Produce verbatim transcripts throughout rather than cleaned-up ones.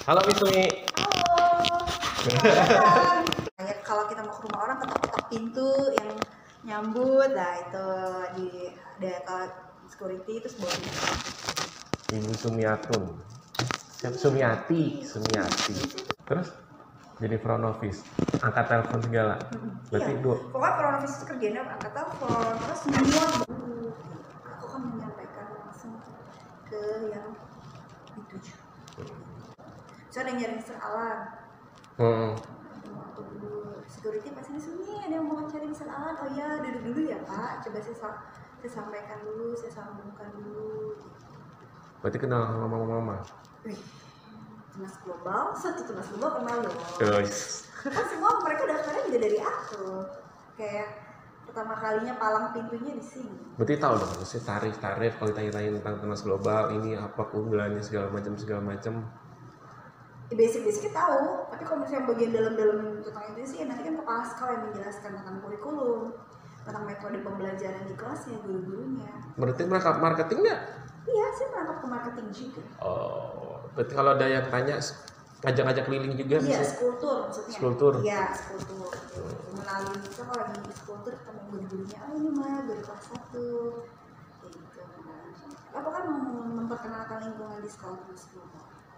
Halo Misumi. Halo. Kayak kalau kita mau ke rumah orang ketok-ketok pintu yang nyambut, nah itu di ada security terus bawa Ibu Sumiatun. Siapa Sumiati, Sumiati. Terus jadi front office, angkat telepon segala. Berarti iya. dua. Pokoknya front office itu kerjanya angkat telepon, terus semua aku kan menyampaikan langsung ke yang dituju. So ada yang nyari Mister Alan. Hmm. Waktu dulu security pas ini sini ada yang mau cari Mister Alan. Oh ya, duduk dulu ya Pak. Coba saya, saya sampaikan dulu, saya sambungkan dulu. Berarti kenal sama mama-mama. Wih, Tunas Global, satu Tunas Global kenal loh. Guys. Kan semua mereka daftarnya juga dari aku. Kayak pertama kalinya palang pintunya di sini. Berarti tahu dong, maksudnya tarif-tarif kalau ditanya-tanya tentang Tunas Global ini apa keunggulannya segala macam segala macam. Ya, basic-basicnya tahu, tapi kalau misalnya bagian dalam-dalam tentang itu sih nanti kan kepala sekolah yang menjelaskan tentang kurikulum, tentang metode pembelajaran di kelasnya, guru-gurunya. Berarti mereka marketing nggak? Iya, saya merangkap ke marketing juga. Oh, berarti kalau ada yang tanya ngajak-ngajak keliling juga? Iya, skulptur maksudnya. Skulptur. Iya, skulptur. Melalui itu kalau lagi di skulptur ketemu guru-gurunya, oh ini mah guru kelas satu, kayak gitu. Apa kan memperkenalkan lingkungan di sekolah tersebut.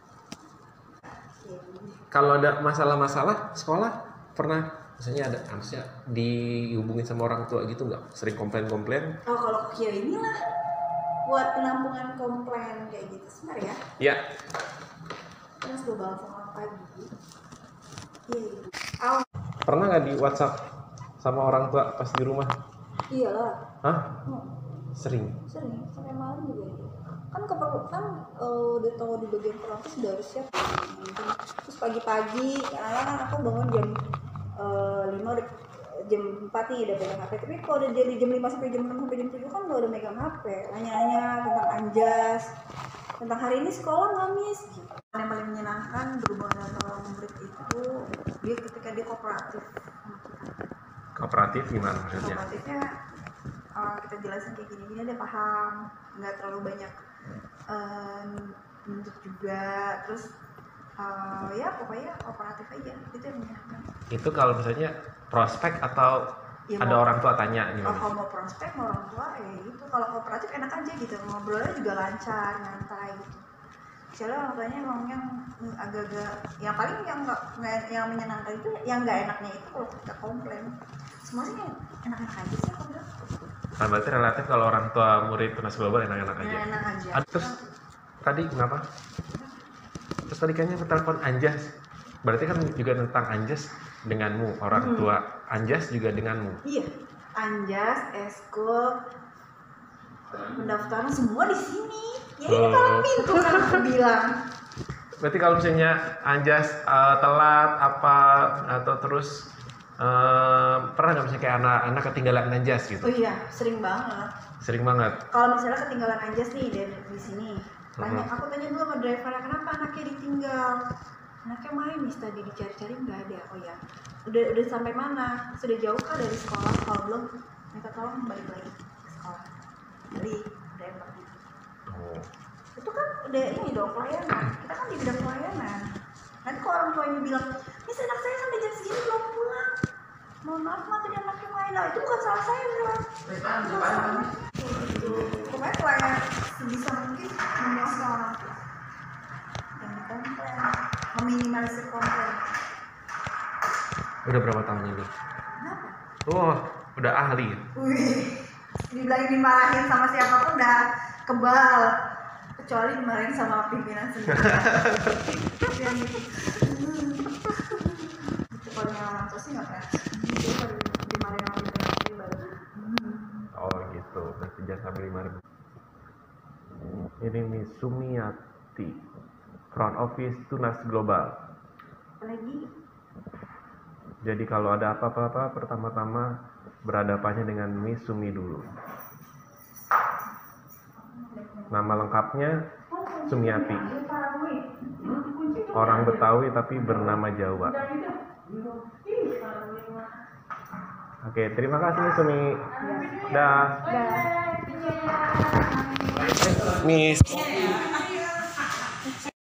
Kalau ada masalah-masalah sekolah pernah misalnya ada harusnya dihubungin sama orang tua gitu nggak? Sering komplain-komplain? Oh kalau Kio inilah buat penampungan komplain kayak gitu sebentar ya. Iya. Terus gue bawa sama pagi. Iya. Oh. Pernah nggak di WhatsApp sama orang tua pas di rumah? Iyalah. Hah? Hmm. Sering. Sering sampai malam juga ya. Kan keperlu kan uh, udah tahu di bagian pelapis sudah harus siap. Terus pagi-pagi karena kan aku bangun jam uh, lima udah jam empat nih udah pegang H P, tapi kalau udah jadi jam lima sampai jam enam sampai jam tujuh kan gak udah megang H P, nanya-nanya tentang anjas, tentang hari ini sekolah ngamis gitu. Yang paling menyenangkan berhubungan dengan orang murid itu dia ketika dia kooperatif. Kooperatif gimana maksudnya? Kooperatifnya uh, kita jelasin kayak gini-gini dia paham, nggak terlalu banyak nuntut um, juga, terus uh, ya pokoknya kooperatif aja, itu yang menyenangkan. Itu kalau misalnya prospek atau ya, ada mau, orang tua tanya gimana? Kalau mau prospek mau orang tua ya gitu, kalau kooperatif enak aja gitu, ngobrolnya juga lancar, nyantai gitu. Soalnya orang tuanya emang yang agak-agak, yang paling yang nggak yang menyenangkan itu, yang nggak enaknya itu kalau kita komplain. Semuanya enak-enak aja sih aku bilang. Nah, berarti relatif kalau orang tua murid Tunas Global enak-enak aja. Ya, enak aja. Ad, terus tadi kenapa? Terus tadi kayaknya telepon Anjas. Berarti kan juga tentang Anjas denganmu, orang hmm. tua Anjas juga denganmu. Iya, Anjas, eskul, pendaftaran semua di sini. Ya ini palang pintu kan aku bilang. Berarti kalau misalnya Anjas uh, telat apa atau terus Uh, pernah nggak misalnya kayak anak-anak ketinggalan Anjas gitu? Oh iya, sering banget. Sering banget. Kalau misalnya ketinggalan Anjas nih dari di sini, tanya, uh-huh. aku tanya dulu sama drivernya kenapa anaknya ditinggal. Anaknya main nih tadi dicari-cari nggak ada. Oh ya, udah udah sampai mana? Sudah jauh kah dari sekolah? Kalau belum, minta tolong balik lagi ke sekolah. Dari driver. Oh. Itu kan udah ini dong pelayanan. Kita kan di bidang pelayanan. Nanti kalau orang tuanya bilang, Miss anak saya sampai jam segini belum pulang. Mohon maaf mah tadi anaknya main, nah itu bukan salah saya bilang. Pokoknya pelayanan sebisa mungkin memuaskan orang tua. Jangan komplain, meminimalisir komplain. Udah berapa tahun ini? Kenapa? Oh, udah ahli. Wih, dibilangin dimarahin sama siapapun udah kebal. Kecuali dimarahin sama pimpinan sendiri. Yang gitu. Itu kalau yang orang tua sih nggak pernah. Dimarahin sama pimpinan sendiri baru. Oh gitu, berarti jangan sampai dimarahin. Ini nih Sumiati, front office Tunas Global. Lagi. Jadi kalau ada apa-apa pertama-tama berhadapannya dengan Miss Sumi dulu. Nama lengkapnya Sumiati. Orang Betawi tapi bernama Jawa. Oke, terima kasih Sumi. Dah. Miss.